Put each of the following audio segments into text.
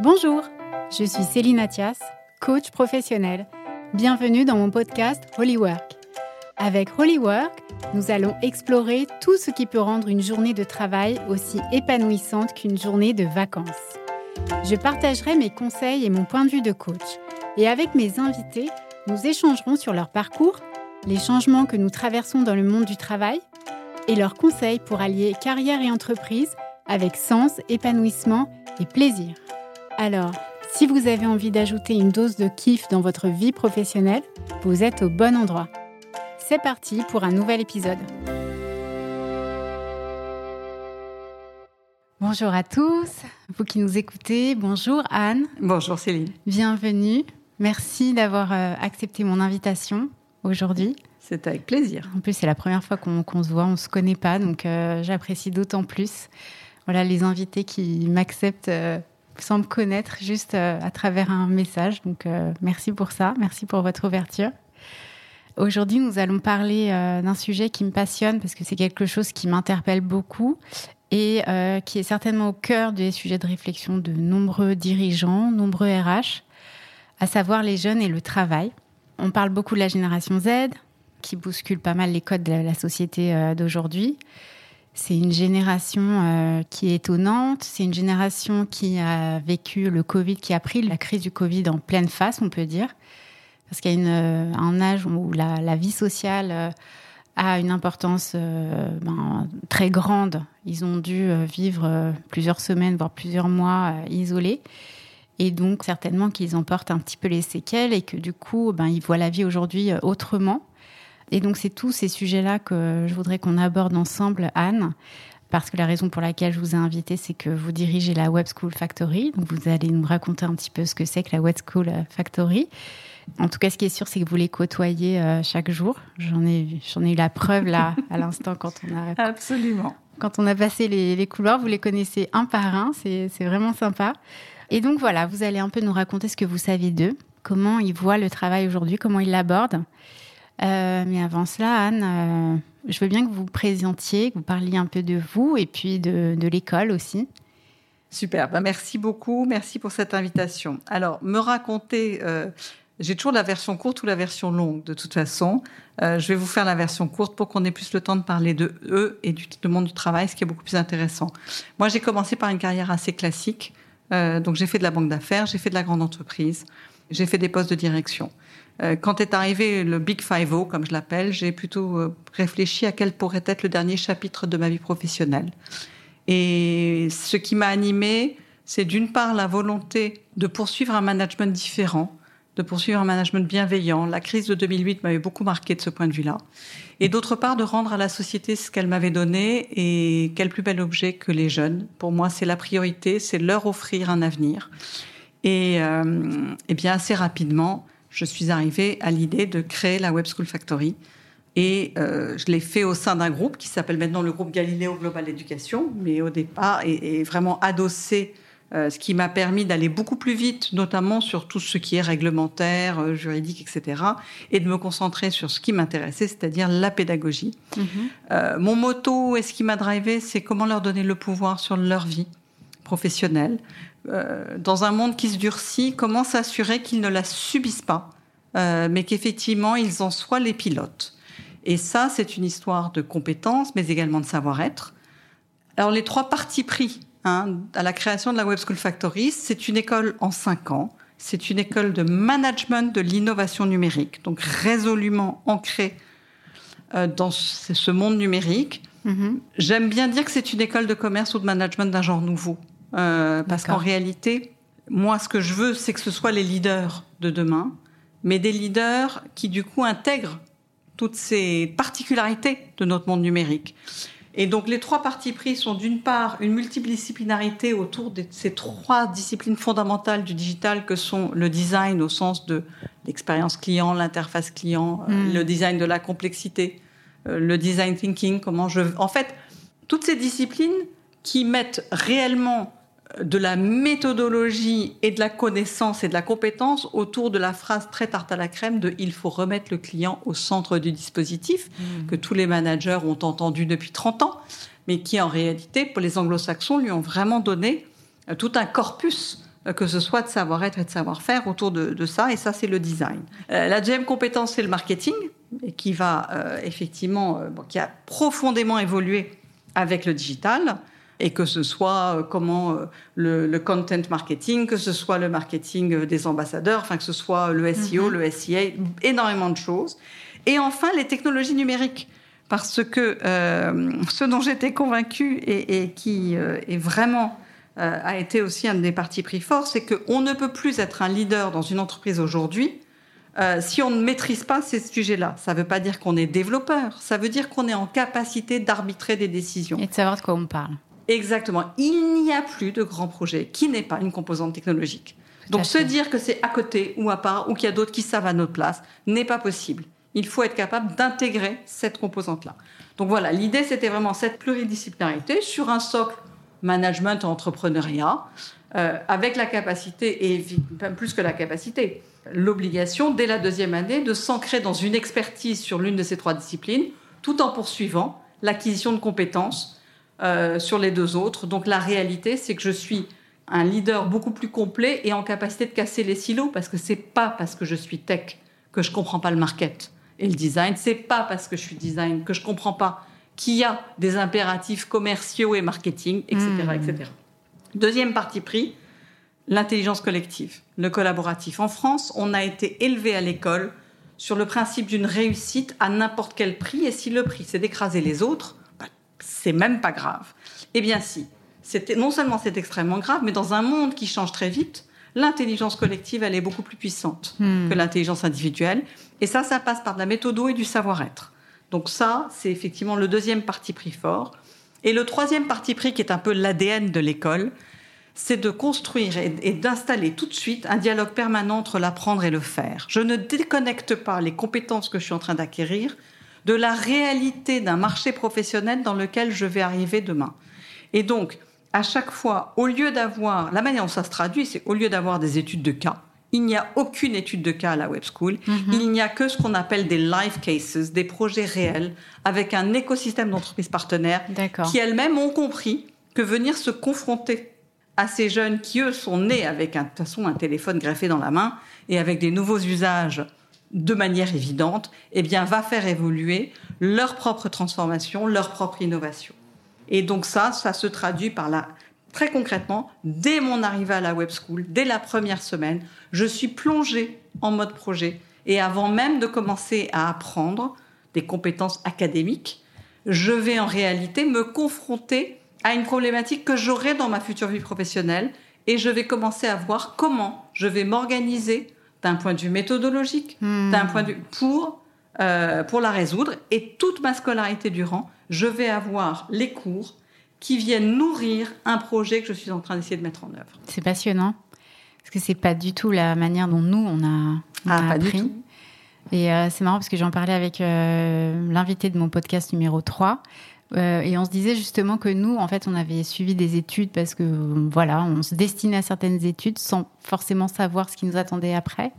Bonjour, je suis Céline Athias, coach professionnelle. Bienvenue dans mon podcast Holywork. Avec Holywork, nous allons explorer tout ce qui peut rendre une journée de travail aussi épanouissante qu'une journée de vacances. Je partagerai mes conseils et mon point de vue de coach. Et avec mes invités, nous échangerons sur leur parcours, les changements que nous traversons dans le monde du travail et leurs conseils pour allier carrière et entreprise avec sens, épanouissement et plaisir. Alors, si vous avez envie d'ajouter une dose de kiff dans votre vie professionnelle, vous êtes au bon endroit. C'est parti pour un nouvel épisode. Bonjour à tous, vous qui nous écoutez. Bonjour Anne. Bonjour Céline. Bienvenue. Merci d'avoir accepté mon invitation aujourd'hui. C'est avec plaisir. En plus, c'est la première fois qu'on se voit, on ne se connaît pas, donc j'apprécie d'autant plus. Voilà, les invités qui m'acceptent sans me connaître, juste à travers un message. Donc, merci pour ça, merci pour votre ouverture. Aujourd'hui, nous allons parler d'un sujet qui me passionne parce que c'est quelque chose qui m'interpelle beaucoup et qui est certainement au cœur des sujets de réflexion de nombreux dirigeants, nombreux RH, à savoir les jeunes et le travail. On parle beaucoup de la génération Z, qui bouscule pas mal les codes de la société d'aujourd'hui. C'est une génération qui est étonnante. C'est une génération qui a vécu le Covid, qui a pris la crise du Covid en pleine face, on peut dire. Parce qu'il y a un âge où la vie sociale a une importance très grande. Ils ont dû vivre plusieurs semaines, voire plusieurs mois isolés. Et donc, certainement qu'ils en portent un petit peu les séquelles et que du coup, ils voient la vie aujourd'hui autrement. Et donc, c'est tous ces sujets-là que je voudrais qu'on aborde ensemble, Anne, parce que la raison pour laquelle je vous ai invitée, c'est que vous dirigez la Web School Factory. Donc, vous allez nous raconter un petit peu ce que c'est que la Web School Factory. En tout cas, ce qui est sûr, c'est que vous les côtoyez chaque jour. J'en ai eu la preuve là, à l'instant, quand on a passé les couloirs. Vous les connaissez un par un. C'est vraiment sympa. Et donc, voilà, vous allez un peu nous raconter ce que vous savez d'eux, comment ils voient le travail aujourd'hui, comment ils l'abordent. Mais avant cela, Anne, je veux bien que vous vous présentiez, que vous parliez un peu de vous et puis de l'école aussi. Super, merci beaucoup, merci pour cette invitation. Alors, me raconter, j'ai toujours la version courte ou la version longue de toute façon. Je vais vous faire la version courte pour qu'on ait plus le temps de parler de eux et du monde du travail, ce qui est beaucoup plus intéressant. Moi, j'ai commencé par une carrière assez classique. Donc, j'ai fait de la banque d'affaires, j'ai fait de la grande entreprise, j'ai fait des postes de direction. Quand est arrivé le Big 5-0, comme je l'appelle, j'ai plutôt réfléchi à quel pourrait être le dernier chapitre de ma vie professionnelle. Et ce qui m'a animée, c'est d'une part la volonté de poursuivre un management différent, de poursuivre un management bienveillant. La crise de 2008 m'avait beaucoup marqué de ce point de vue-là. Et d'autre part, de rendre à la société ce qu'elle m'avait donné. Et quel plus bel objet que les jeunes. Pour moi, c'est la priorité, c'est leur offrir un avenir. Et bien assez rapidement, je suis arrivée à l'idée de créer la Web School Factory. Et je l'ai fait au sein d'un groupe qui s'appelle maintenant le groupe Galileo Global Education, mais au départ est vraiment adossé, ce qui m'a permis d'aller beaucoup plus vite, notamment sur tout ce qui est réglementaire, juridique, etc., et de me concentrer sur ce qui m'intéressait, c'est-à-dire la pédagogie. Mon motto et ce qui m'a drivé, c'est comment leur donner le pouvoir sur leur vie professionnelle. Dans un monde qui se durcit, comment s'assurer qu'ils ne la subissent pas, mais qu'effectivement, ils en soient les pilotes. Et ça, c'est une histoire de compétences, mais également de savoir-être. Alors, les 3 partis pris à la création de la Web School Factory, c'est une école en 5 ans. C'est une école de management de l'innovation numérique, donc résolument ancrée dans ce monde numérique. J'aime bien dire que c'est une école de commerce ou de management d'un genre nouveau. Parce qu'en réalité, moi, ce que je veux, c'est que ce soit les leaders de demain, mais des leaders qui, du coup, intègrent toutes ces particularités de notre monde numérique. Et donc, les 3 partis pris sont, d'une part, une multidisciplinarité autour de ces 3 disciplines fondamentales du digital que sont le design au sens de l'expérience client, l'interface client, le design de la complexité, le design thinking, En fait, toutes ces disciplines qui mettent réellement de la méthodologie et de la connaissance et de la compétence autour de la phrase très tarte à la crème de « il faut remettre le client au centre du dispositif » que tous les managers ont entendu depuis 30 ans, mais qui en réalité, pour les anglo-saxons, lui ont vraiment donné tout un corpus que ce soit de savoir-être et de savoir-faire autour de ça, et ça, c'est le design. La deuxième compétence, c'est le marketing, et qui va qui a profondément évolué avec le digital, et que ce soit le content marketing, que ce soit le marketing des ambassadeurs, enfin que ce soit le SEO, le SEA, énormément de choses. Et enfin, les technologies numériques. Parce que ce dont j'étais convaincue et qui est vraiment a été aussi un des partis pris forts, c'est qu'on ne peut plus être un leader dans une entreprise aujourd'hui si on ne maîtrise pas ces sujets-là. Ça ne veut pas dire qu'on est développeur, ça veut dire qu'on est en capacité d'arbitrer des décisions. Et de savoir de quoi on parle. Exactement. Il n'y a plus de grand projet qui n'est pas une composante technologique. Donc se dire que c'est à côté ou à part ou qu'il y a d'autres qui savent à notre place n'est pas possible. Il faut être capable d'intégrer cette composante-là. Donc voilà, l'idée, c'était vraiment cette pluridisciplinarité sur un socle management et entrepreneuriat, avec la capacité, et même plus que la capacité, l'obligation, dès la deuxième année, de s'ancrer dans une expertise sur l'une de ces trois disciplines, tout en poursuivant l'acquisition de compétences sur les deux autres. Donc la réalité, c'est que je suis un leader beaucoup plus complet et en capacité de casser les silos, parce que c'est pas parce que je suis tech que je comprends pas le market et le design, c'est pas parce que je suis design que je comprends pas qu'il y a des impératifs commerciaux et marketing, etc., etc. Deuxième parti pris, l'intelligence collective, le collaboratif. En France, on a été élevé à l'école sur le principe d'une réussite à n'importe quel prix, et si le prix c'est d'écraser les autres, c'est même pas grave. Eh bien si, non seulement c'est extrêmement grave, mais dans un monde qui change très vite, l'intelligence collective, elle est beaucoup plus puissante que l'intelligence individuelle. Et ça passe par de la méthodo et du savoir-être. Donc ça, c'est effectivement le deuxième parti pris fort. Et le troisième parti pris, qui est un peu l'ADN de l'école, c'est de construire et d'installer tout de suite un dialogue permanent entre l'apprendre et le faire. Je ne déconnecte pas les compétences que je suis en train d'acquérir de la réalité d'un marché professionnel dans lequel je vais arriver demain. Et donc, à chaque fois, au lieu d'avoir... La manière dont ça se traduit, c'est au lieu d'avoir des études de cas, il n'y a aucune étude de cas à la Web School. Il n'y a que ce qu'on appelle des live cases, des projets réels, avec un écosystème d'entreprises partenaires qui elles-mêmes ont compris que venir se confronter à ces jeunes qui, eux, sont nés avec de toute façon un téléphone greffé dans la main et avec des nouveaux usages de manière évidente, eh bien, va faire évoluer leur propre transformation, leur propre innovation. Et donc ça se traduit par très concrètement, dès mon arrivée à la Web School, dès la première semaine, je suis plongée en mode projet. Et avant même de commencer à apprendre des compétences académiques, je vais en réalité me confronter à une problématique que j'aurai dans ma future vie professionnelle, et je vais commencer à voir comment je vais m'organiser d'un point de vue méthodologique, d'un point de vue pour la résoudre. Et toute ma scolarité durant, je vais avoir les cours qui viennent nourrir un projet que je suis en train d'essayer de mettre en œuvre. C'est passionnant, parce que c'est pas du tout la manière dont nous, on a pas appris. Du tout. Et c'est marrant, parce que j'en parlais avec l'invité de mon podcast numéro 3, et on se disait justement que nous, en fait, on avait suivi des études parce que, voilà, on se destinait à certaines études sans forcément savoir ce qui nous attendait après.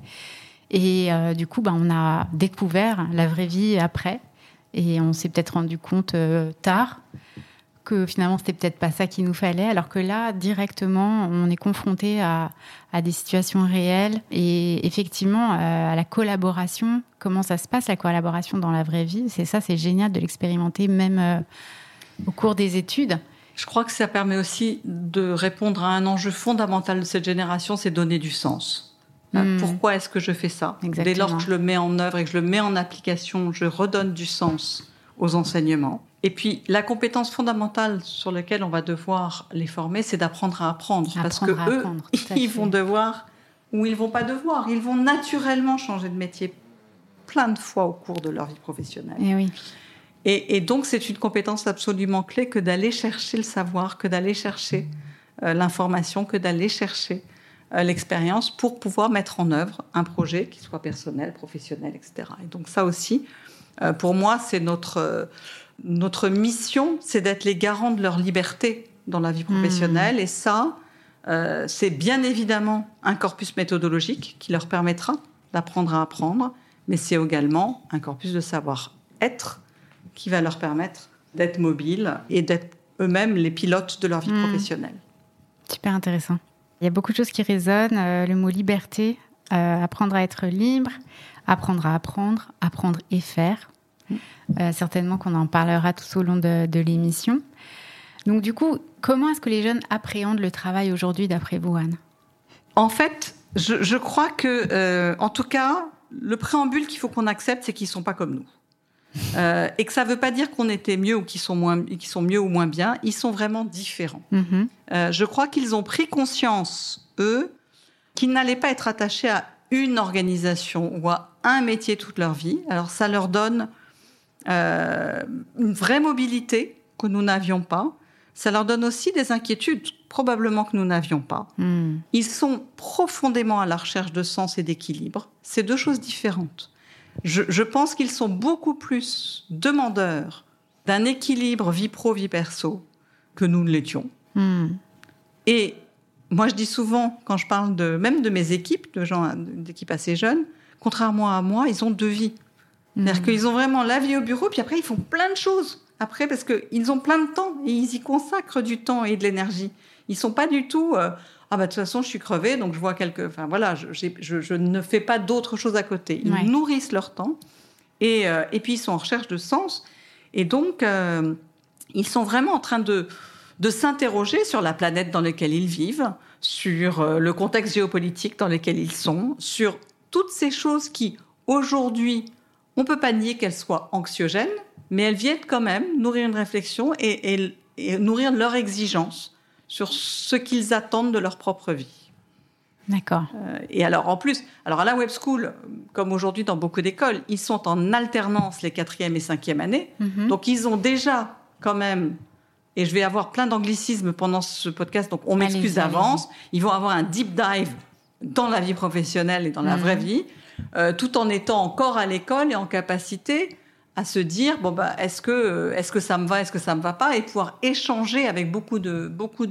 Et du coup, on a découvert la vraie vie après, et on s'est peut-être rendu compte tard que finalement, c'était peut-être pas ça qu'il nous fallait, alors que là, directement, on est confronté à des situations réelles et effectivement, à la collaboration. Comment ça se passe, la collaboration dans la vraie vie? C'est génial de l'expérimenter même au cours des études. Je crois que ça permet aussi de répondre à un enjeu fondamental de cette génération, c'est donner du sens. Pourquoi est-ce que je fais ça? Exactement. Dès lors que je le mets en œuvre et que je le mets en application, je redonne du sens aux enseignements. Et puis, la compétence fondamentale sur laquelle on va devoir les former, c'est d'apprendre à apprendre. Parce que eux, ils vont devoir, ou ils vont pas devoir, ils vont naturellement changer de métier plein de fois au cours de leur vie professionnelle. Et oui. Et donc, c'est une compétence absolument clé que d'aller chercher le savoir, que d'aller chercher l'information, que d'aller chercher l'expérience pour pouvoir mettre en œuvre un projet qui soit personnel, professionnel, etc. Et donc ça aussi, pour moi, c'est notre mission, c'est d'être les garants de leur liberté dans la vie professionnelle. Et ça, c'est bien évidemment un corpus méthodologique qui leur permettra d'apprendre à apprendre, mais c'est également un corpus de savoir-être qui va leur permettre d'être mobiles et d'être eux-mêmes les pilotes de leur vie professionnelle. Super intéressant. Il y a beaucoup de choses qui résonnent. Le mot liberté, apprendre à être libre, apprendre à apprendre, apprendre et faire. Certainement qu'on en parlera tout au long de l'émission. Donc du coup, comment est-ce que les jeunes appréhendent le travail aujourd'hui d'après vous, Anne ? En fait, je crois que, en tout cas, le préambule qu'il faut qu'on accepte, c'est qu'ils ne sont pas comme nous. Et que ça ne veut pas dire qu'on était mieux ou qu'ils sont mieux ou moins bien. Ils sont vraiment différents. Je crois qu'ils ont pris conscience, eux, qu'ils n'allaient pas être attachés à une organisation ou à un métier toute leur vie. Alors ça leur donne une vraie mobilité que nous n'avions pas. Ça leur donne aussi des inquiétudes, probablement que nous n'avions pas. Ils sont profondément à la recherche de sens et d'équilibre. C'est deux choses différentes. Je pense qu'ils sont beaucoup plus demandeurs d'un équilibre vie pro, vie perso que nous ne l'étions. Et moi, je dis souvent, quand je parle même de mes équipes, de gens d'équipes assez jeunes, contrairement à moi, ils ont deux vies. C'est-à-dire qu'ils ont vraiment la vie au bureau, puis après, ils font plein de choses. Après, parce qu'ils ont plein de temps et ils y consacrent du temps et de l'énergie. Ils ne sont pas du tout... de toute façon, je suis crevée, donc je vois Enfin, voilà, je ne fais pas d'autres choses à côté. Ils nourrissent leur temps et puis ils sont en recherche de sens. Et donc, ils sont vraiment en train de s'interroger sur la planète dans laquelle ils vivent, sur le contexte géopolitique dans lequel ils sont, sur toutes ces choses qui, aujourd'hui, on ne peut pas nier qu'elles soient anxiogènes, mais elles viennent quand même nourrir une réflexion et nourrir leur exigence sur ce qu'ils attendent de leur propre vie. D'accord. Et alors, en plus, à la Web School, comme aujourd'hui dans beaucoup d'écoles, ils sont en alternance les 4e et 5e années. Donc, ils ont déjà quand même... Et je vais avoir plein d'anglicismes pendant ce podcast, donc on m'excuse d'avance. Ils vont avoir un deep dive dans la vie professionnelle et dans la vraie vie, tout en étant encore à l'école et en capacité à se dire est-ce que ça me va, est-ce que ça me va pas, et pouvoir échanger avec beaucoup de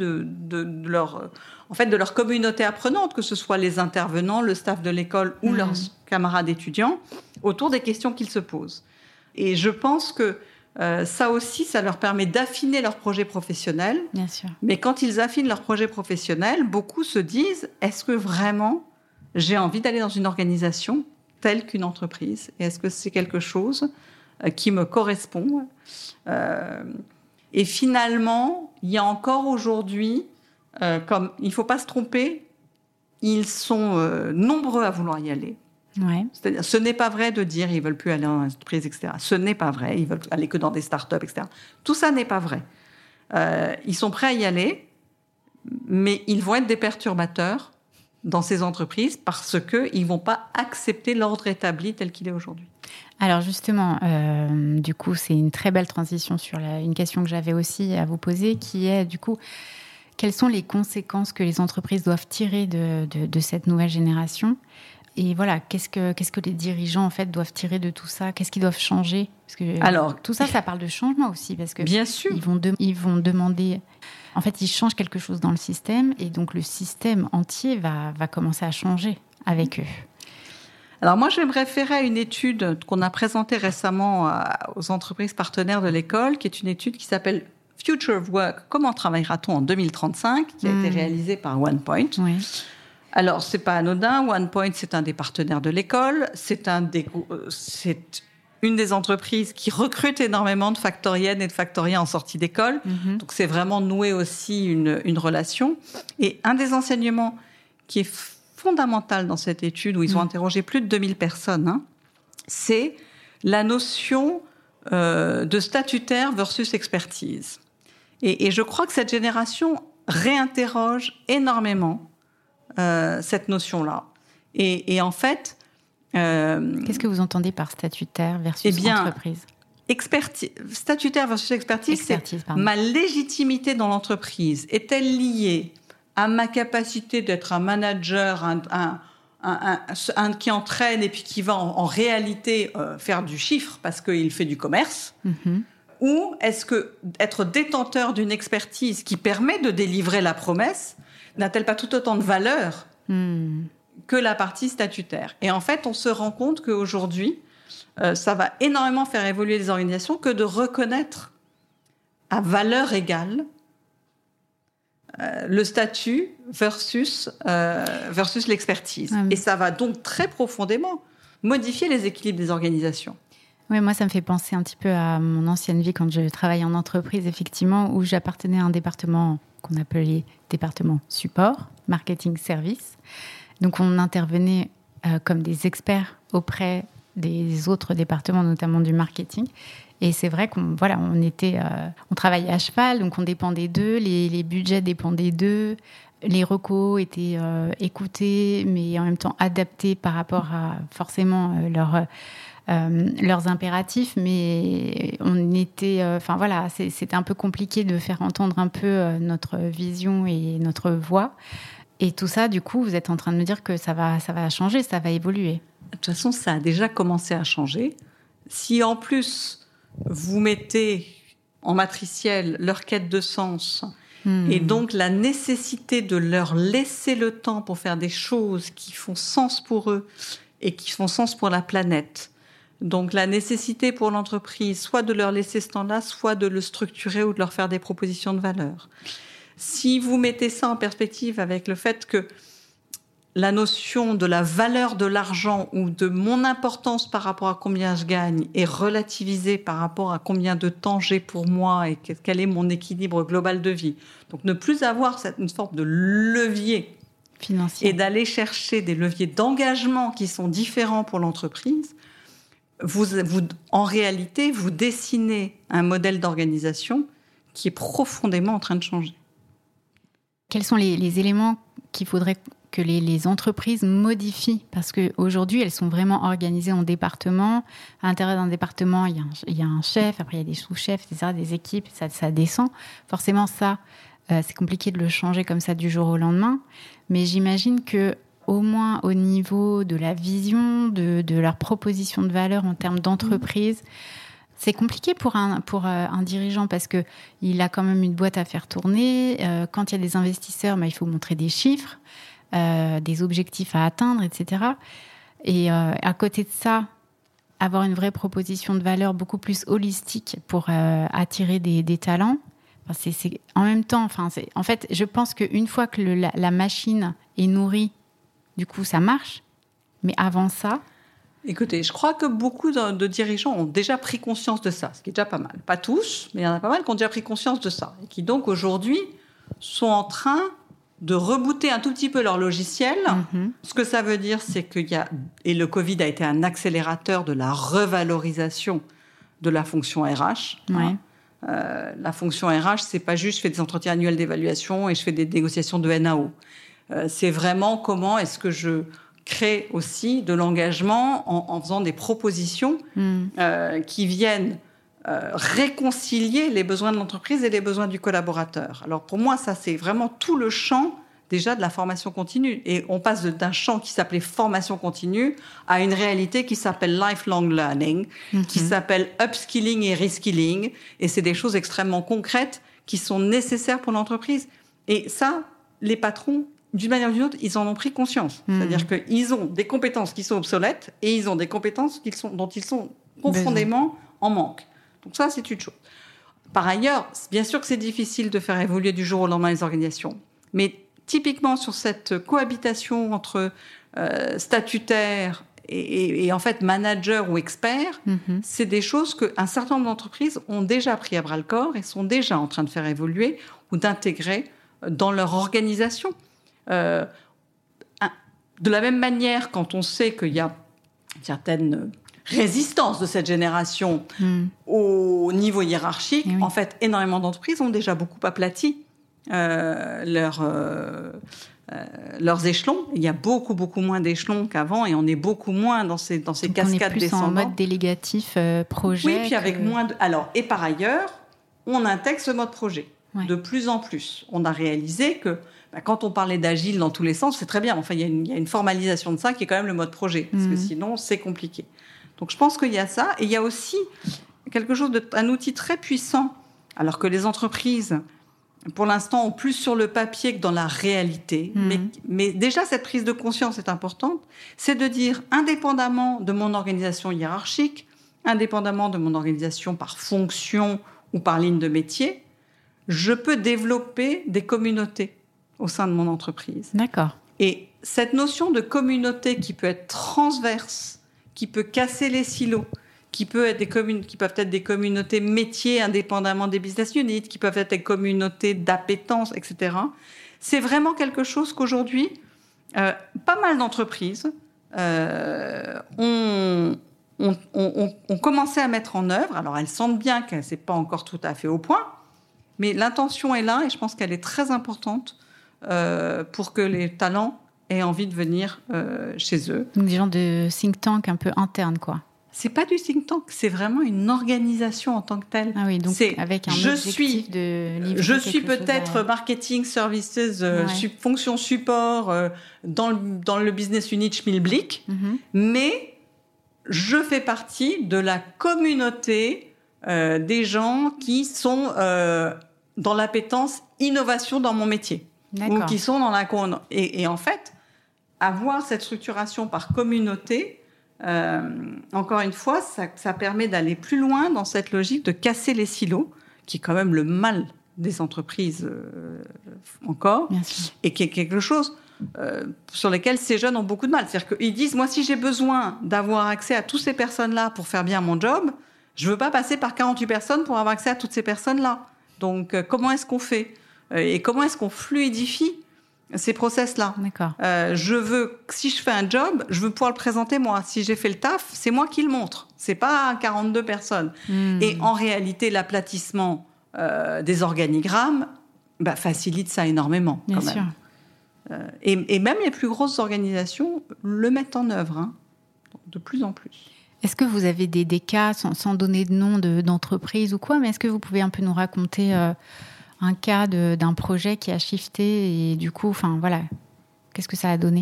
leur communauté apprenante, que ce soit les intervenants, le staff de l'école ou leurs camarades étudiants, autour des questions qu'ils se posent. Et je pense que ça aussi, ça leur permet d'affiner leur projet professionnel. Bien sûr. Mais quand ils affinent leur projet professionnel, beaucoup se disent, est-ce que vraiment j'ai envie d'aller dans une organisation telle qu'une entreprise ? Et est-ce que c'est quelque chose qui me correspond ? Et finalement, il y a encore aujourd'hui, comme il ne faut pas se tromper, ils sont nombreux à vouloir y aller. Ouais. C'est-à-dire, ce n'est pas vrai de dire ils ne veulent plus aller en entreprise, etc. Ce n'est pas vrai, ils veulent aller que dans des start-up, etc. Tout ça n'est pas vrai. Ils sont prêts à y aller, mais ils vont être des perturbateurs dans ces entreprises parce qu'ils ne vont pas accepter l'ordre établi tel qu'il est aujourd'hui. Alors justement, du coup, c'est une très belle transition sur une question que j'avais aussi à vous poser, qui est du coup, quelles sont les conséquences que les entreprises doivent tirer de cette nouvelle génération ? Et voilà, qu'est-ce que les dirigeants en fait doivent tirer de tout ça ? Qu'est-ce qu'ils doivent changer ? Parce que alors, tout ça, ça parle de changement aussi, parce que bien sûr, ils vont demander. En fait, ils changent quelque chose dans le système, et donc le système entier va commencer à changer avec eux. Alors moi, je vais me référer à une étude qu'on a présentée récemment aux entreprises partenaires de l'école, qui est une étude qui s'appelle Future of Work. Comment travaillera-t-on en 2035 ? Qui a été réalisée par OnePoint. Oui. Alors, c'est pas anodin. OnePoint, c'est un des partenaires de l'école. C'est une des entreprises qui recrute énormément de factoriennes et de factoriens en sortie d'école. Donc, c'est vraiment nouer aussi une relation. Et un des enseignements qui est fondamental dans cette étude, où ils ont interrogé plus de 2000 personnes, c'est la notion de statutaire versus expertise. Et je crois que cette génération réinterroge énormément cette notion-là. Et en fait... qu'est-ce que vous entendez par statutaire versus entreprise ? Statutaire versus expertise, c'est ma légitimité dans l'entreprise. Est-elle liée à ma capacité d'être un manager, un qui entraîne et puis qui va en réalité faire du chiffre parce qu'il fait du commerce ? Ou est-ce que être détenteur d'une expertise qui permet de délivrer la promesse n'a-t-elle pas tout autant de valeur que la partie statutaire ? Et en fait, on se rend compte qu'aujourd'hui, ça va énormément faire évoluer les organisations que de reconnaître à valeur égale le statut versus l'expertise. Ah oui. Et ça va donc très profondément modifier les équilibres des organisations. Oui, moi, ça me fait penser un petit peu à mon ancienne vie quand je travaillais en entreprise, effectivement, où j'appartenais à un département qu'on appelait département support, marketing service. Donc, on intervenait comme des experts auprès des autres départements, notamment du marketing. Et c'est vrai qu'on on travaillait à cheval, donc on dépendait d'eux, les budgets dépendaient d'eux, les recos étaient écoutés, mais en même temps adaptés par rapport à forcément leurs impératifs. Mais on était, c'était un peu compliqué de faire entendre un peu notre vision et notre voix. Et tout ça, du coup, vous êtes en train de me dire que ça va changer, ça va évoluer. De toute façon, ça a déjà commencé à changer. Si en plus vous mettez en matriciel leur quête de sens et donc la nécessité de leur laisser le temps pour faire des choses qui font sens pour eux et qui font sens pour la planète. Donc la nécessité pour l'entreprise, soit de leur laisser ce temps-là, soit de le structurer ou de leur faire des propositions de valeur. Si vous mettez ça en perspective avec le fait que la notion de la valeur de l'argent ou de mon importance par rapport à combien je gagne est relativisée par rapport à combien de temps j'ai pour moi et quel est mon équilibre global de vie. Donc ne plus avoir une forme de levier financier et d'aller chercher des leviers d'engagement qui sont différents pour l'entreprise, en réalité, vous dessinez un modèle d'organisation qui est profondément en train de changer. Quels sont les éléments qu'il faudrait que les entreprises modifient? Parce qu'aujourd'hui, elles sont vraiment organisées en départements. À l'intérieur d'un département, il y a un chef, après il y a des sous-chefs, etc., des équipes, ça descend. Forcément, ça, c'est compliqué de le changer comme ça du jour au lendemain. Mais j'imagine que au moins au niveau de la vision, de leur proposition de valeur en termes d'entreprise, c'est compliqué pour un dirigeant parce qu'il a quand même une boîte à faire tourner. Quand il y a des investisseurs, il faut montrer des chiffres, des objectifs à atteindre, etc. Et à côté de ça, avoir une vraie proposition de valeur beaucoup plus holistique pour attirer des talents. C'est en même temps, en fait, je pense qu'une fois que la machine est nourrie, du coup, ça marche. Mais avant ça... Écoutez, je crois que beaucoup de dirigeants ont déjà pris conscience de ça, ce qui est déjà pas mal. Pas tous, mais il y en a pas mal qui ont déjà pris conscience de ça. Et qui donc, aujourd'hui, sont en train de rebooter un tout petit peu leur logiciel. Ce que ça veut dire, c'est et le Covid a été un accélérateur de la revalorisation de la fonction RH. Ouais. La fonction RH, c'est pas juste je fais des entretiens annuels d'évaluation et je fais des négociations de NAO. C'est vraiment comment est-ce que je crée aussi de l'engagement en faisant des propositions qui viennent réconcilier les besoins de l'entreprise et les besoins du collaborateur. Alors pour moi, ça c'est vraiment tout le champ déjà de la formation continue. Et on passe d'un champ qui s'appelait formation continue à une réalité qui s'appelle lifelong learning, qui s'appelle upskilling et reskilling. Et c'est des choses extrêmement concrètes qui sont nécessaires pour l'entreprise. Et ça, les patrons, d'une manière ou d'une autre, ils en ont pris conscience. C'est-à-dire qu'ils ont des compétences qui sont obsolètes et ils ont des compétences dont ils sont profondément en manque. Donc ça, c'est une chose. Par ailleurs, bien sûr que c'est difficile de faire évoluer du jour au lendemain les organisations. Mais typiquement, sur cette cohabitation entre statutaire et en fait manager ou expert, c'est des choses qu'un certain nombre d'entreprises ont déjà pris à bras-le-corps et sont déjà en train de faire évoluer ou d'intégrer dans leur organisation. De la même manière, quand on sait qu'il y a certaines résistances de cette génération au niveau hiérarchique, en fait, énormément d'entreprises ont déjà beaucoup aplati leurs échelons. Il y a beaucoup moins d'échelons qu'avant et on est beaucoup moins dans ces cascades descendantes. On est plus en mode délégatif, projet. Oui, puis avec moins de... Alors, et par ailleurs, on intègre ce mode projet de plus en plus. On a réalisé que quand on parlait d'agile dans tous les sens, c'est très bien. Enfin, il y a une formalisation de ça qui est quand même le mode projet, parce que sinon, c'est compliqué. Donc, je pense qu'il y a ça. Et il y a aussi un outil très puissant, alors que les entreprises, pour l'instant, ont plus sur le papier que dans la réalité. Mais déjà, cette prise de conscience est importante. C'est de dire, indépendamment de mon organisation hiérarchique, indépendamment de mon organisation par fonction ou par ligne de métier, je peux développer des communautés au sein de mon entreprise. D'accord. Et cette notion de communauté qui peut être transverse, qui peut casser les silos, qui peuvent être des communautés métiers indépendamment des business units, qui peuvent être des communautés d'appétence, etc. C'est vraiment quelque chose qu'aujourd'hui, pas mal d'entreprises ont commencé à mettre en œuvre. Alors, elles sentent bien que c'est pas encore tout à fait au point, mais l'intention est là et je pense qu'elle est très importante pour que les talents aient envie de venir chez eux. Donc, des gens de think tank un peu interne, quoi. C'est pas du think tank, c'est vraiment une organisation en tant que telle. Ah oui, donc c'est, avec un objectif de livrer je suis quelque peut-être chose marketing services, fonction support dans le business unit Schmilblick, mais je fais partie de la communauté des gens qui sont dans l'appétence innovation dans mon métier. D'accord. Ou qui sont dans la... Et en fait, avoir cette structuration par communauté, encore une fois, ça permet d'aller plus loin dans cette logique de casser les silos, qui est quand même le mal des entreprises encore, et qui est quelque chose sur lequel ces jeunes ont beaucoup de mal. C'est-à-dire qu'ils disent, moi, si j'ai besoin d'avoir accès à toutes ces personnes-là pour faire bien mon job, je ne veux pas passer par 48 personnes pour avoir accès à toutes ces personnes-là. Donc, comment est-ce qu'on fait ? Et comment est-ce qu'on fluidifie ces process-là ? D'accord. Si je fais un job, je veux pouvoir le présenter moi. Si j'ai fait le taf, c'est moi qui le montre. C'est pas 42 personnes. Et en réalité, l'aplatissement des organigrammes facilite ça énormément. Bien quand sûr. Même. Et même les plus grosses organisations le mettent en œuvre, de plus en plus. Est-ce que vous avez des cas, sans donner de nom d'entreprise ou quoi, mais est-ce que vous pouvez un peu nous raconter un cas d'un projet qui a shifté et du coup, qu'est-ce que ça a donné ?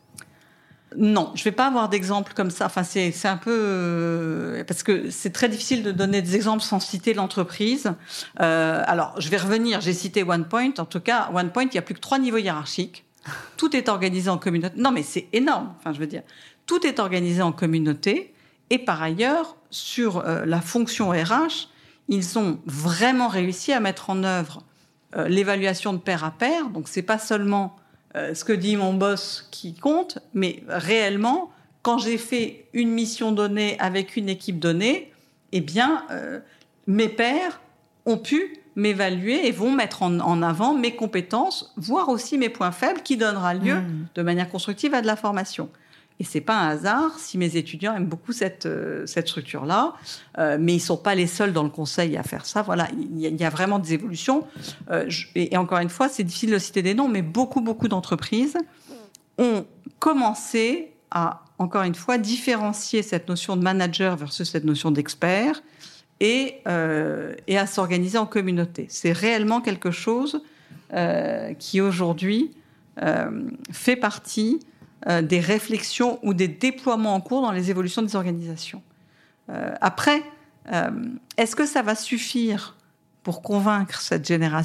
Non, je ne vais pas avoir d'exemple comme ça. Enfin, c'est un peu... parce que c'est très difficile de donner des exemples sans citer l'entreprise. Alors, je vais revenir. J'ai cité OnePoint. En tout cas, OnePoint, il n'y a plus que 3 niveaux hiérarchiques. Tout est organisé en communauté. Non, mais c'est énorme. Enfin, je veux dire, tout est organisé en communauté. Et par ailleurs, sur la fonction RH, ils ont vraiment réussi à mettre en œuvre l'évaluation de pair à pair. Donc, c'est pas seulement ce que dit mon boss qui compte, mais réellement, quand j'ai fait une mission donnée avec une équipe donnée, eh bien, mes pairs ont pu m'évaluer et vont mettre en avant mes compétences, voire aussi mes points faibles, qui donnera lieu de manière constructive à de la formation. Et c'est pas un hasard si mes étudiants aiment beaucoup cette structure-là, mais ils sont pas les seuls dans le conseil à faire ça. Voilà, il y a vraiment des évolutions. Et encore une fois, c'est difficile de citer des noms, mais beaucoup d'entreprises ont commencé à, encore une fois, différencier cette notion de manager versus cette notion d'expert et à s'organiser en communauté. C'est réellement quelque chose qui aujourd'hui fait partie des réflexions ou des déploiements en cours dans les évolutions des organisations. Après, est-ce que ça va suffire pour convaincre cette génération ?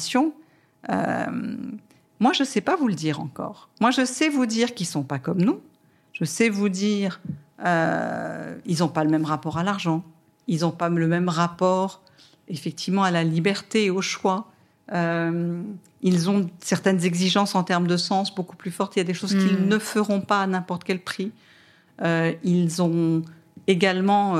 Moi, je ne sais pas vous le dire encore. Moi, je sais vous dire qu'ils ne sont pas comme nous. Je sais vous dire ils n'ont pas le même rapport à l'argent. Ils n'ont pas le même rapport, effectivement, à la liberté et au choix. Ils ont certaines exigences en termes de sens beaucoup plus fortes. Il y a des choses qu'ils ne feront pas à n'importe quel prix. Ils ont également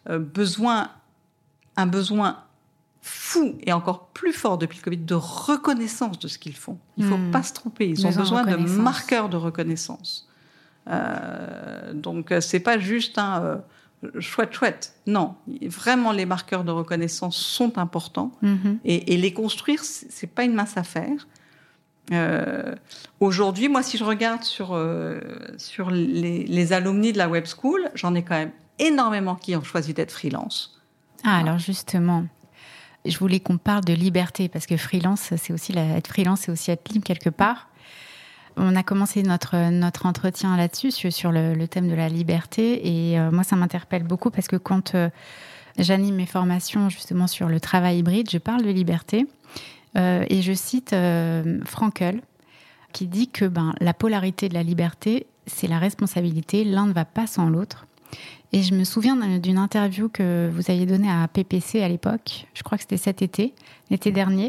un besoin fou et encore plus fort depuis le Covid de reconnaissance de ce qu'ils font. Il ne faut pas se tromper. Ils ont besoin de marqueurs de reconnaissance. Donc, ce n'est pas juste un... chouette. Non, vraiment, les marqueurs de reconnaissance sont importants et les construire, c'est pas une mince affaire. Aujourd'hui, moi, si je regarde sur les alumni de la Web School, j'en ai quand même énormément qui ont choisi d'être freelance. Alors justement, je voulais qu'on parle de liberté parce que freelance, c'est aussi être freelance, c'est aussi être libre quelque part. On a commencé notre entretien là-dessus, sur le thème de la liberté. Et moi, ça m'interpelle beaucoup parce que quand j'anime mes formations justement sur le travail hybride, je parle de liberté. Et je cite Frankl, qui dit que la polarité de la liberté, c'est la responsabilité. L'un ne va pas sans l'autre. Et je me souviens d'une interview que vous aviez donnée à PPC à l'époque. Je crois que c'était l'été dernier.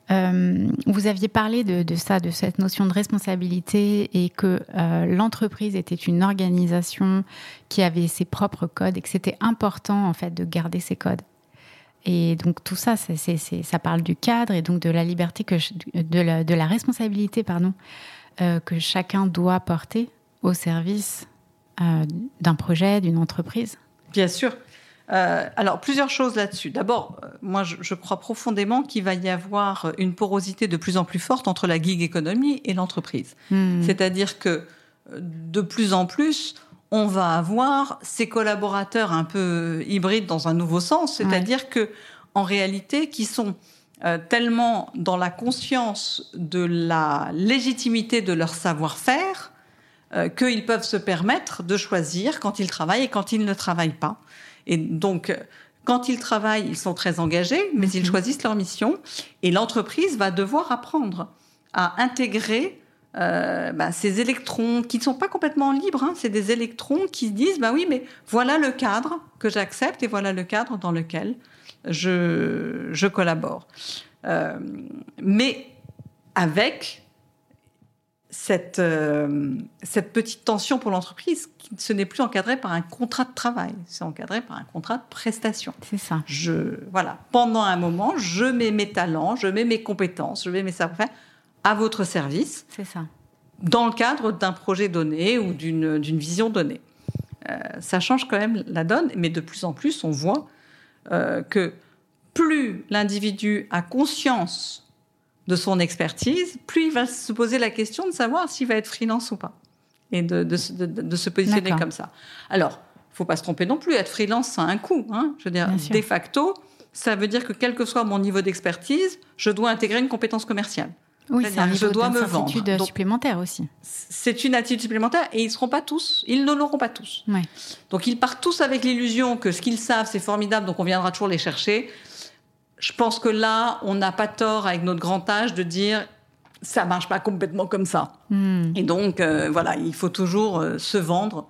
Vous aviez parlé de ça, de cette notion de responsabilité et que l'entreprise était une organisation qui avait ses propres codes et que c'était important en fait de garder ces codes. Et donc tout ça, ça parle du cadre et donc de la liberté de la responsabilité, que chacun doit porter au service d'un projet, d'une entreprise. Bien sûr. Alors, plusieurs choses là-dessus. D'abord, moi, je crois profondément qu'il va y avoir une porosité de plus en plus forte entre la gig economy et l'entreprise. C'est-à-dire que de plus en plus, on va avoir ces collaborateurs un peu hybrides dans un nouveau sens, c'est-à-dire que, en réalité, qui sont tellement dans la conscience de la légitimité de leur savoir-faire qu'ils peuvent se permettre de choisir quand ils travaillent et quand ils ne travaillent pas. Et donc, quand ils travaillent, ils sont très engagés, mais ils choisissent leur mission. Et l'entreprise va devoir apprendre à intégrer ces électrons qui ne sont pas complètement libres. C'est des électrons qui disent, oui, mais voilà le cadre que j'accepte et voilà le cadre dans lequel je collabore. Mais avec cette petite tension pour l'entreprise, ce n'est plus encadré par un contrat de travail, c'est encadré par un contrat de prestation. C'est ça. Pendant un moment, je mets mes talents, je mets mes compétences, je mets mes savoir-faire à votre service. C'est ça. Dans le cadre d'un projet donné ou d'une vision donnée. Ça change quand même la donne, mais de plus en plus, on voit que plus l'individu a conscience de son expertise, plus il va se poser la question de savoir s'il va être freelance ou pas. Et de se positionner comme ça. Alors, il ne faut pas se tromper non plus. Être freelance, ça a un coût. Je veux dire, de facto, ça veut dire que quel que soit mon niveau d'expertise, je dois intégrer une compétence commerciale. Oui, c'est un niveau d'incertitude supplémentaire aussi. C'est une attitude supplémentaire et ils ne l'auront pas tous. Ouais. Donc, ils partent tous avec l'illusion que ce qu'ils savent, c'est formidable, donc on viendra toujours les chercher. Je pense que là, on n'a pas tort, avec notre grand âge, de dire ça marche pas complètement comme ça. Et donc, il faut toujours se vendre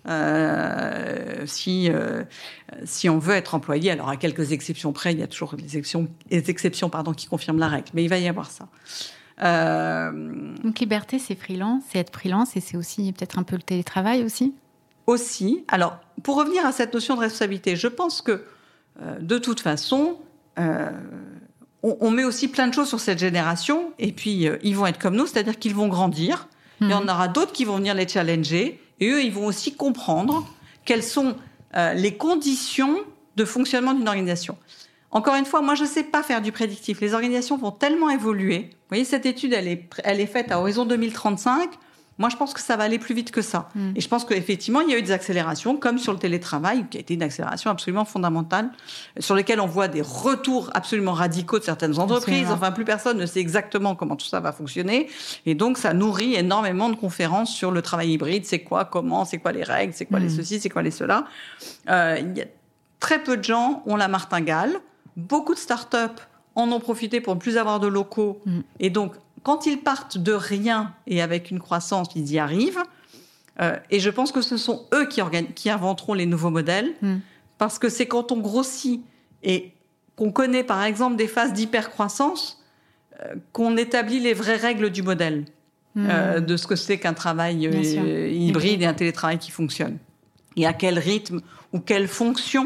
si on veut être employé. Alors, à quelques exceptions près, il y a toujours des exceptions qui confirment la règle. Mais il va y avoir ça. Donc, liberté, c'est freelance, c'est être freelance et c'est aussi peut-être un peu le télétravail aussi. Aussi. Alors, pour revenir à cette notion de responsabilité, je pense que de toute façon, on met aussi plein de choses sur cette génération et puis ils vont être comme nous, c'est-à-dire qu'ils vont grandir. Il y en aura d'autres qui vont venir les challenger et eux, ils vont aussi comprendre quelles sont les conditions de fonctionnement d'une organisation. Encore une fois, moi, je ne sais pas faire du prédictif. Les organisations vont tellement évoluer. Vous voyez, cette étude, elle est faite à horizon 2035. Moi, je pense que ça va aller plus vite que ça. Et je pense qu'effectivement, il y a eu des accélérations, comme sur le télétravail, qui a été une accélération absolument fondamentale, sur lesquelles on voit des retours absolument radicaux de certaines entreprises. Absolument. Enfin, plus personne ne sait exactement comment tout ça va fonctionner. Et donc, ça nourrit énormément de conférences sur le travail hybride. C'est quoi, comment, c'est quoi les règles, c'est quoi les ceci, c'est quoi les cela. Il y a très peu de gens ont la martingale. Beaucoup de start-up en ont profité pour ne plus avoir de locaux. Et donc, quand ils partent de rien et avec une croissance, ils y arrivent. Et je pense que ce sont eux qui inventeront les nouveaux modèles. Parce que c'est quand on grossit et qu'on connaît, par exemple, des phases d'hypercroissance qu'on établit les vraies règles du modèle de ce que c'est qu'un travail hybride et un télétravail qui fonctionne. Et à quel rythme ou quelles fonctions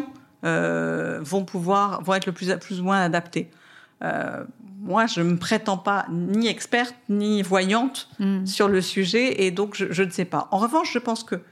vont être le plus ou moins adaptées. Moi, je ne me prétends pas ni experte, ni voyante sur le sujet, et donc je ne sais pas. En revanche, je pense que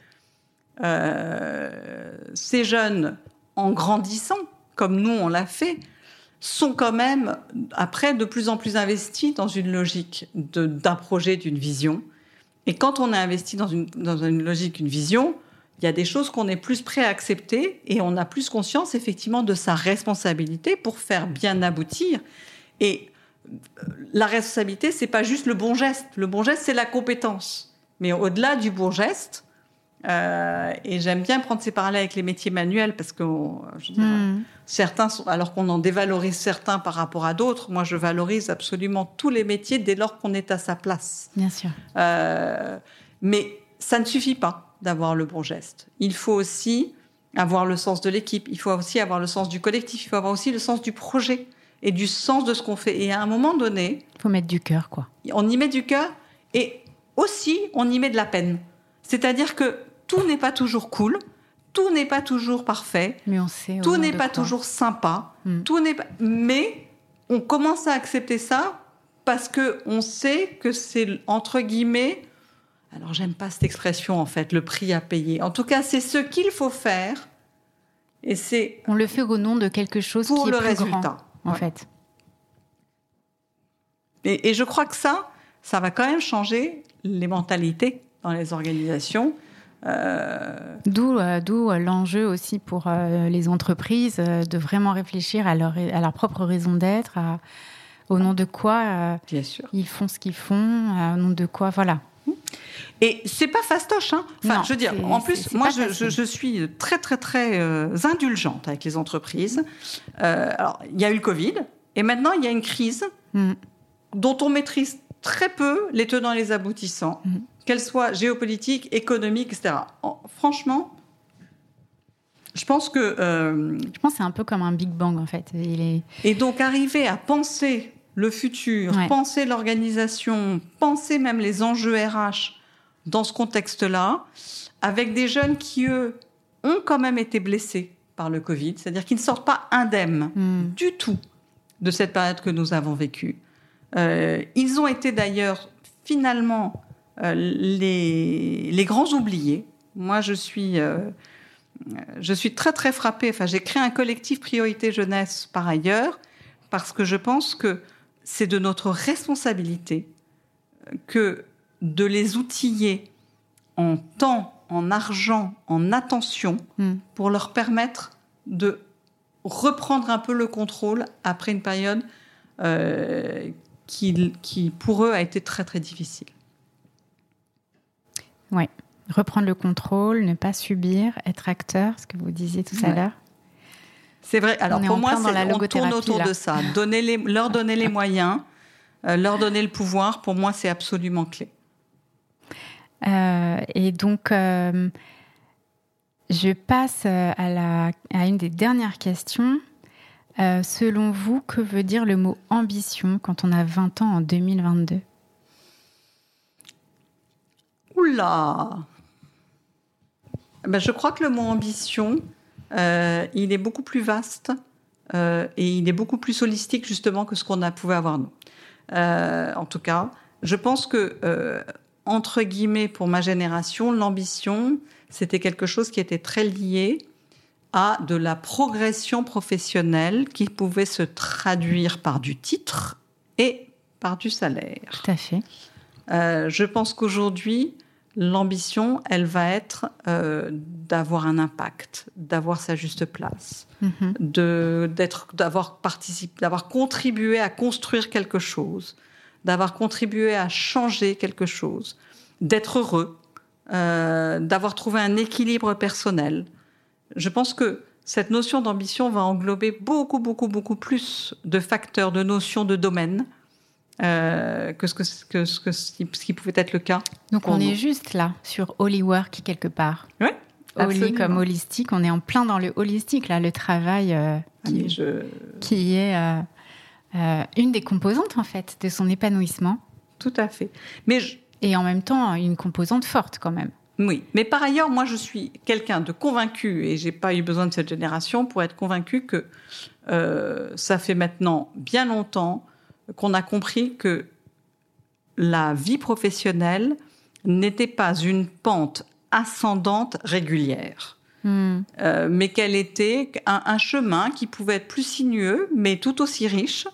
ces jeunes, en grandissant, comme nous on l'a fait, sont quand même, après, de plus en plus investis dans une logique d'un projet, d'une vision. Et quand on est investi dans une logique, une vision, il y a des choses qu'on est plus prêt à accepter et on a plus conscience, effectivement, de sa responsabilité pour faire bien aboutir. Et la responsabilité, c'est pas juste le bon geste. Le bon geste, c'est la compétence. Mais au-delà du bon geste, et j'aime bien prendre ces parallèles avec les métiers manuels parce que, certains sont, alors qu'on en dévalorise certains par rapport à d'autres, moi, je valorise absolument tous les métiers dès lors qu'on est à sa place. Bien sûr. Mais ça ne suffit pas d'avoir le bon geste. Il faut aussi avoir le sens de l'équipe. Il faut aussi avoir le sens du collectif. Il faut avoir aussi le sens du projet. et du sens de ce qu'on fait. Et à un moment donné... Il faut mettre du cœur, quoi. On y met du cœur et aussi, on y met de la peine. C'est-à-dire que tout n'est pas toujours cool, tout n'est pas toujours parfait, mais on sait tout n'est pas toujours sympa, tout n'est pas... Mais on commence à accepter ça parce qu'on sait que c'est, entre guillemets... Alors, j'aime pas cette expression, en fait, le prix à payer. En tout cas, c'est ce qu'il faut faire. Et c'est... On le fait au nom de quelque chose pour qui est le plus résultat, grand, en fait. Et je crois que ça va quand même changer les mentalités dans les organisations. D'où l'enjeu aussi pour les entreprises de vraiment réfléchir à leur propre raison d'être, au nom de quoi Bien sûr. Ils font ce qu'ils font, au nom de quoi, voilà. Et c'est pas fastoche, hein. Enfin, non, je veux dire, en plus, moi, je suis très, très, très indulgente avec les entreprises. Alors, il y a eu le Covid, et maintenant, il y a une crise dont on maîtrise très peu les tenants et les aboutissants, qu'elles soient géopolitiques, économiques, etc. Franchement, je pense que... Je pense que c'est un peu comme un Big Bang, en fait. Et donc, arriver à penser le futur, penser l'organisation, penser même les enjeux RH dans ce contexte-là, avec des jeunes qui, eux, ont quand même été blessés par le Covid, c'est-à-dire qu'ils ne sortent pas indemnes du tout de cette période que nous avons vécue. Ils ont été d'ailleurs, finalement, les grands oubliés. Moi, je suis très, très frappée. Enfin, j'ai créé un collectif Priorité Jeunesse, par ailleurs, parce que je pense que c'est de notre responsabilité que de les outiller en temps, en argent, en attention, pour leur permettre de reprendre un peu le contrôle après une période qui, pour eux, a été très, très difficile. Oui, reprendre le contrôle, ne pas subir, être acteur, ce que vous disiez tout à l'heure. C'est vrai. Alors pour moi, on tourne autour de ça. Leur donner les moyens, leur donner le pouvoir, pour moi, c'est absolument clé. Et donc, je passe à une des dernières questions. Selon vous, que veut dire le mot ambition quand on a 20 ans en 2022 ? Oula ! Je crois que le mot ambition... il est beaucoup plus vaste et il est beaucoup plus holistique justement que ce qu'on pouvait avoir nous. En tout cas, je pense que, entre guillemets, pour ma génération, l'ambition, c'était quelque chose qui était très lié à de la progression professionnelle qui pouvait se traduire par du titre et par du salaire. Tout à fait. Je pense qu'aujourd'hui, l'ambition, elle va être d'avoir un impact, d'avoir sa juste place, d'avoir contribué à construire quelque chose, d'avoir contribué à changer quelque chose, d'être heureux, d'avoir trouvé un équilibre personnel. Je pense que cette notion d'ambition va englober beaucoup, beaucoup, beaucoup plus de facteurs, de notions, de domaines, que ce qui pouvait être le cas. Donc on est juste là, sur Holywork quelque part. Oui, Holy comme holistique, on est en plein dans le holistique, là, le travail qui est une des composantes, en fait, de son épanouissement. Tout à fait. Et en même temps, une composante forte, quand même. Oui, mais par ailleurs, moi, je suis quelqu'un de convaincu, et je n'ai pas eu besoin de cette génération pour être convaincu que ça fait maintenant bien longtemps qu'on a compris que la vie professionnelle n'était pas une pente ascendante régulière, mais qu'elle était un chemin qui pouvait être plus sinueux, mais tout aussi riche,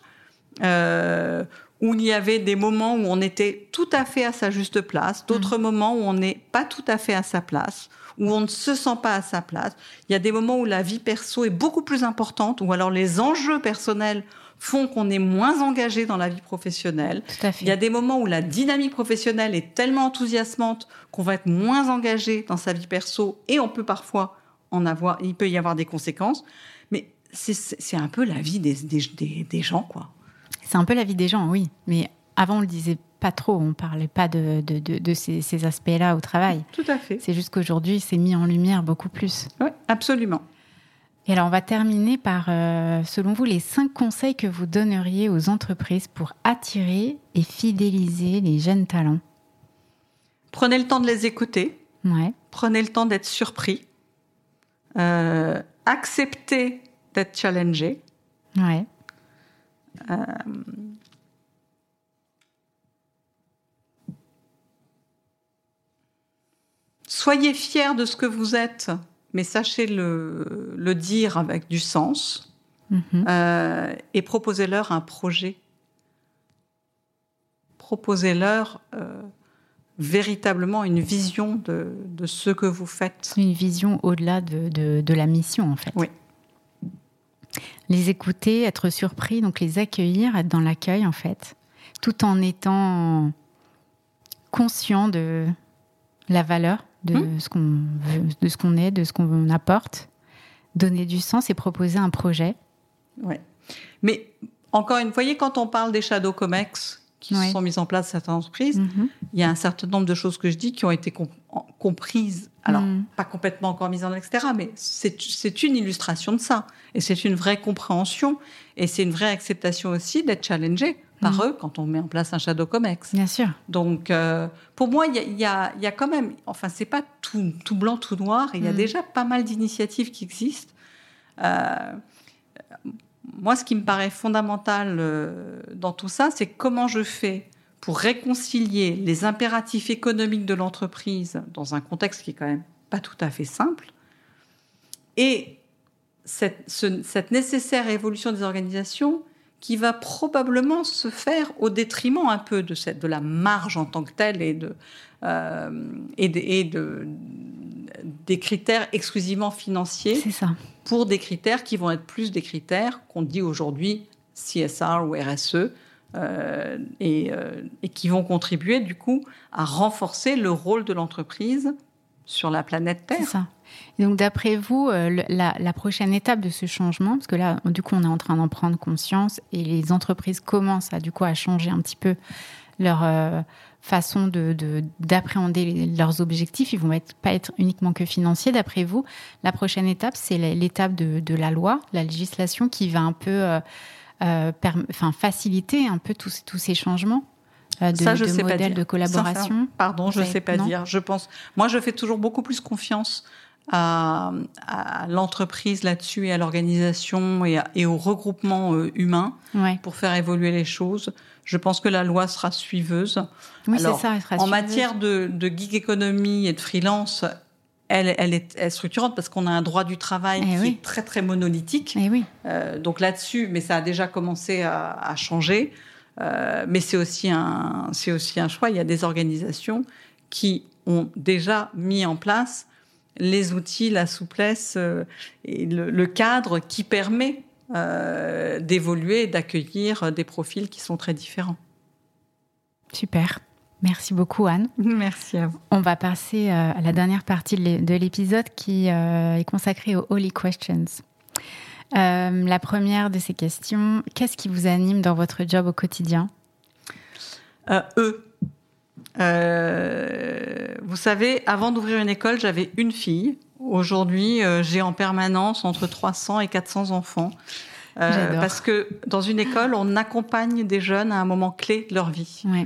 où il y avait des moments où on était tout à fait à sa juste place, d'autres moments où on n'est pas tout à fait à sa place, où on ne se sent pas à sa place. Il y a des moments où la vie perso est beaucoup plus importante, ou alors les enjeux personnels font qu'on est moins engagé dans la vie professionnelle. Tout à fait. Il y a des moments où la dynamique professionnelle est tellement enthousiasmante qu'on va être moins engagé dans sa vie perso et on peut parfois il peut y avoir des conséquences. Mais c'est un peu la vie des gens, quoi. C'est un peu la vie des gens, oui. Mais avant, on le disait pas trop. On parlait pas de ces aspects-là au travail. Tout à fait. C'est juste qu'aujourd'hui, c'est mis en lumière beaucoup plus. Oui, absolument. Et alors, on va terminer par, selon vous, les 5 conseils que vous donneriez aux entreprises pour attirer et fidéliser les jeunes talents. Prenez le temps de les écouter. Ouais. Prenez le temps d'être surpris. Acceptez d'être challengé. Ouais. Soyez fiers de ce que vous êtes, mais sachez le dire avec du sens. Et proposez-leur un projet. Proposez-leur véritablement une vision de ce que vous faites. Une vision au-delà de la mission, en fait. Oui. Les écouter, être surpris, donc les accueillir, être dans l'accueil, en fait, tout en étant conscient de la valeur de ce qu'on veut, de ce qu'on est, de ce qu'on apporte, donner du sens et proposer un projet. Ouais. Mais encore une fois, voyez, quand on parle des shadow comex qui se sont mises en place dans certaines entreprises, il y a un certain nombre de choses que je dis qui ont été comprises, alors pas complètement encore mises en œuvre, etc., mais c'est une illustration de ça. Et c'est une vraie compréhension et c'est une vraie acceptation aussi d'être challengé par eux quand on met en place un shadow comex. Bien sûr. Donc, pour moi, il y a quand même, enfin, c'est pas tout blanc, tout noir. Il y a déjà pas mal d'initiatives qui existent. Moi, ce qui me paraît fondamental dans tout ça, c'est comment je fais pour réconcilier les impératifs économiques de l'entreprise dans un contexte qui est quand même pas tout à fait simple et cette nécessaire évolution des organisations qui va probablement se faire au détriment un peu de la marge en tant que telle et des critères exclusivement financiers. C'est ça. Pour des critères qui vont être plus des critères qu'on dit aujourd'hui CSR ou RSE et qui vont contribuer du coup à renforcer le rôle de l'entreprise sur la planète Terre. C'est ça. Et donc, d'après vous, la prochaine étape de ce changement, parce que là, du coup, on est en train d'en prendre conscience et les entreprises commencent à changer un petit peu leur façon d'appréhender leurs objectifs. Ils vont pas être uniquement que financiers. D'après vous, la prochaine étape, c'est l'étape de la loi, la législation qui va un peu faciliter un peu tous ces changements. De modèles de collaboration. Pardon, je ne sais pas dire. Moi, je fais toujours beaucoup plus confiance à l'entreprise là-dessus et à l'organisation et au regroupement humain pour faire évoluer les choses. Je pense que la loi sera suiveuse. Oui, c'est ça, elle sera suiveuse. En matière de gig economy et de freelance, elle est structurante parce qu'on a un droit du travail qui est très, très monolithique. Donc là-dessus, mais ça a déjà commencé à changer. Mais c'est aussi un choix. Il y a des organisations qui ont déjà mis en place les outils, la souplesse et le cadre qui permet d'évoluer et d'accueillir des profils qui sont très différents. Super. Merci beaucoup, Anne. Merci à vous. On va passer à la dernière partie de l'épisode qui est consacrée aux Holy Questions. La première de ces questions, qu'est-ce qui vous anime dans votre job au quotidien ? Vous savez, avant d'ouvrir une école, j'avais une fille. Aujourd'hui, j'ai en permanence entre 300 et 400 enfants. Parce que dans une école, on accompagne des jeunes à un moment clé de leur vie. Ouais.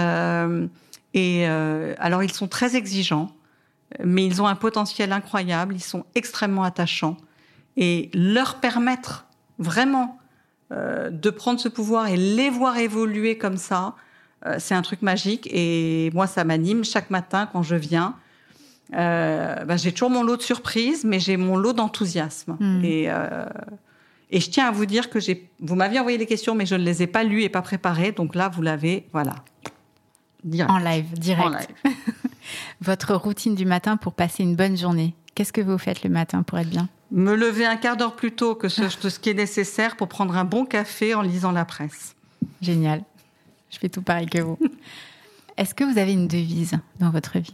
Alors, ils sont très exigeants, mais ils ont un potentiel incroyable. Ils sont extrêmement attachants. Et leur permettre vraiment de prendre ce pouvoir et les voir évoluer comme ça, c'est un truc magique. Et moi, ça m'anime chaque matin quand je viens. J'ai toujours mon lot de surprises, mais j'ai mon lot d'enthousiasme. Et je tiens à vous dire que vous m'aviez envoyé des questions, mais je ne les ai pas lues et pas préparées. Donc là, vous l'avez, voilà. Direct. En live. Votre routine du matin pour passer une bonne journée. Qu'est-ce que vous faites le matin pour être bien ? Me lever un quart d'heure plus tôt que ce qui est nécessaire pour prendre un bon café en lisant la presse. Génial. Je fais tout pareil que vous. Est-ce que vous avez une devise dans votre vie ?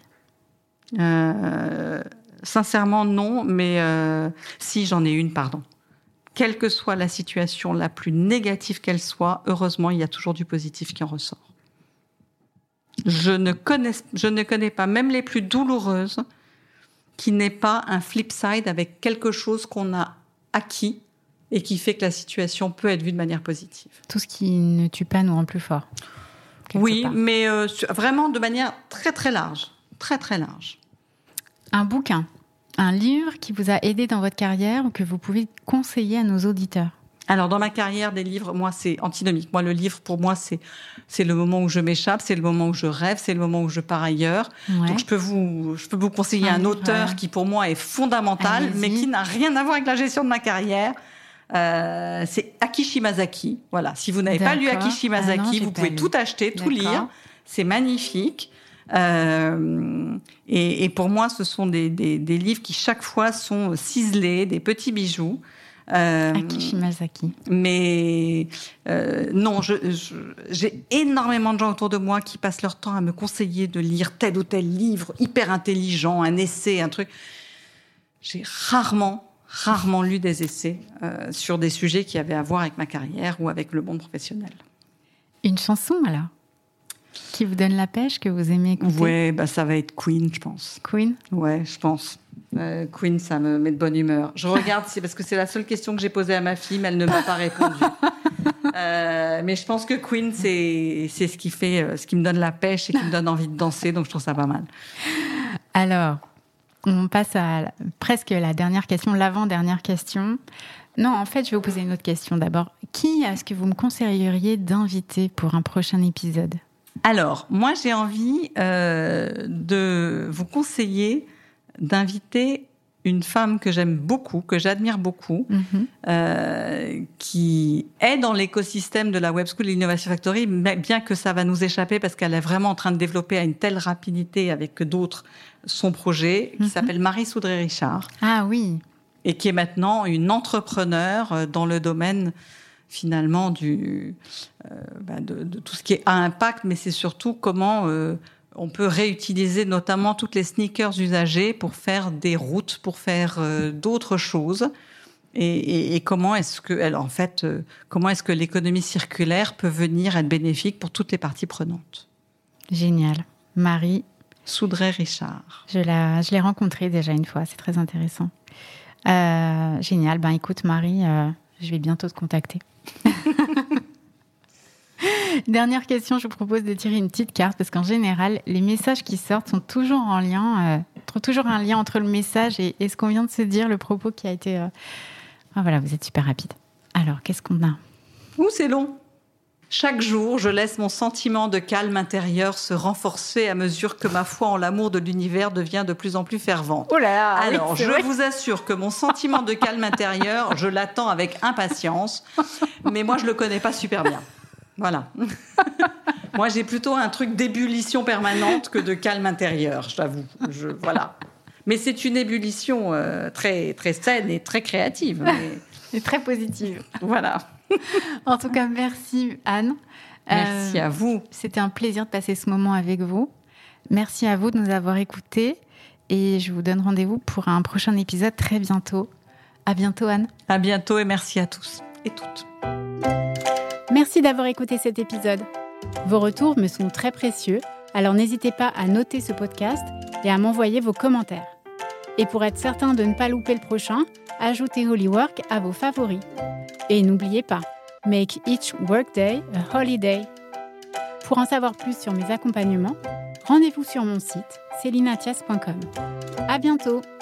Sincèrement, non, mais si, j'en ai une, pardon. Quelle que soit la situation la plus négative qu'elle soit, heureusement, il y a toujours du positif qui en ressort. Je ne connais pas, même les plus douloureuses, qui n'ait pas un flip side avec quelque chose qu'on a acquis et qui fait que la situation peut être vue de manière positive. Tout ce qui ne tue pas nous rend plus forts. Oui, mais vraiment de manière très très large. Très très large. Un bouquin, un livre qui vous a aidé dans votre carrière ou que vous pouvez conseiller à nos auditeurs? Alors, dans ma carrière, des livres, moi, c'est antinomique. Moi, le livre, pour moi, c'est le moment où je m'échappe, c'est le moment où je rêve, c'est le moment où je pars ailleurs. Ouais. Donc, je peux vous conseiller un auteur qui, pour moi, est fondamental, mais qui n'a rien à voir avec la gestion de ma carrière. C'est Aki Shimazaki. Voilà. Si vous n'avez pas lu Aki Shimazaki, vous pouvez tout acheter, tout lire. C'est magnifique. Et pour moi, ce sont des livres qui, chaque fois, sont ciselés, des petits bijoux. Aki Shimazaki. Mais non, j'ai énormément de gens autour de moi qui passent leur temps à me conseiller de lire tel ou tel livre hyper intelligent, un essai, un truc. J'ai rarement lu des essais sur des sujets qui avaient à voir avec ma carrière ou avec le monde professionnel. Une chanson, alors, qui vous donne la pêche, que vous aimez écouter? Ouais, ça va être Queen, je pense. Queen? Ouais, je pense. Queen, ça me met de bonne humeur. Je regarde, c'est parce que c'est la seule question que j'ai posée à ma fille, mais elle ne m'a pas répondu. Mais je pense que Queen, c'est ce qui fait, ce qui me donne la pêche et qui me donne envie de danser, donc je trouve ça pas mal. Alors, on passe à presque la dernière question, l'avant-dernière question. Non, en fait, je vais vous poser une autre question d'abord. Qui est-ce que vous me conseilleriez d'inviter pour un prochain épisode? Alors, moi, j'ai envie de vous conseiller d'inviter une femme que j'aime beaucoup, que j'admire beaucoup, qui est dans l'écosystème de la Web School et l'Innovation Factory, mais bien que ça va nous échapper parce qu'elle est vraiment en train de développer à une telle rapidité avec d'autres son projet, qui s'appelle Marie Soudray-Richard. Ah oui. Et qui est maintenant une entrepreneure dans le domaine finalement de tout ce qui est à impact, mais c'est surtout comment on peut réutiliser notamment toutes les sneakers usagés pour faire des routes, pour faire d'autres choses. Et comment est-ce que l'économie circulaire peut venir être bénéfique pour toutes les parties prenantes. Génial. Marie Soudray-Richard. Je l'ai rencontrée déjà une fois, c'est très intéressant. Génial. Écoute, Marie, je vais bientôt te contacter. Dernière question, je vous propose de tirer une petite carte parce qu'en général, les messages qui sortent sont toujours en lien, toujours un lien entre le message et ce qu'on vient de se dire, le propos qui a été... voilà, vous êtes super rapide. Alors, qu'est-ce qu'on a? C'est long. Chaque jour, je laisse mon sentiment de calme intérieur se renforcer à mesure que ma foi en l'amour de l'univers devient de plus en plus fervente. Oh là là, alors, je vous assure que mon sentiment de calme intérieur, je l'attends avec impatience, mais moi, je le connais pas super bien. Voilà. Moi, j'ai plutôt un truc d'ébullition permanente que de calme intérieur, je t'avoue. Voilà. Mais c'est une ébullition très, très saine et très créative. Et très positive. Voilà. En tout cas, merci Anne. Merci à vous. C'était un plaisir de passer ce moment avec vous. Merci à vous de nous avoir écoutés. Et je vous donne rendez-vous pour un prochain épisode très bientôt. À bientôt Anne. À bientôt et merci à tous et toutes. Merci d'avoir écouté cet épisode. Vos retours me sont très précieux, alors n'hésitez pas à noter ce podcast et à m'envoyer vos commentaires. Et pour être certain de ne pas louper le prochain, ajoutez Holywork à vos favoris. Et n'oubliez pas, make each workday a holiday. Pour en savoir plus sur mes accompagnements, rendez-vous sur mon site celinatias.com. À bientôt!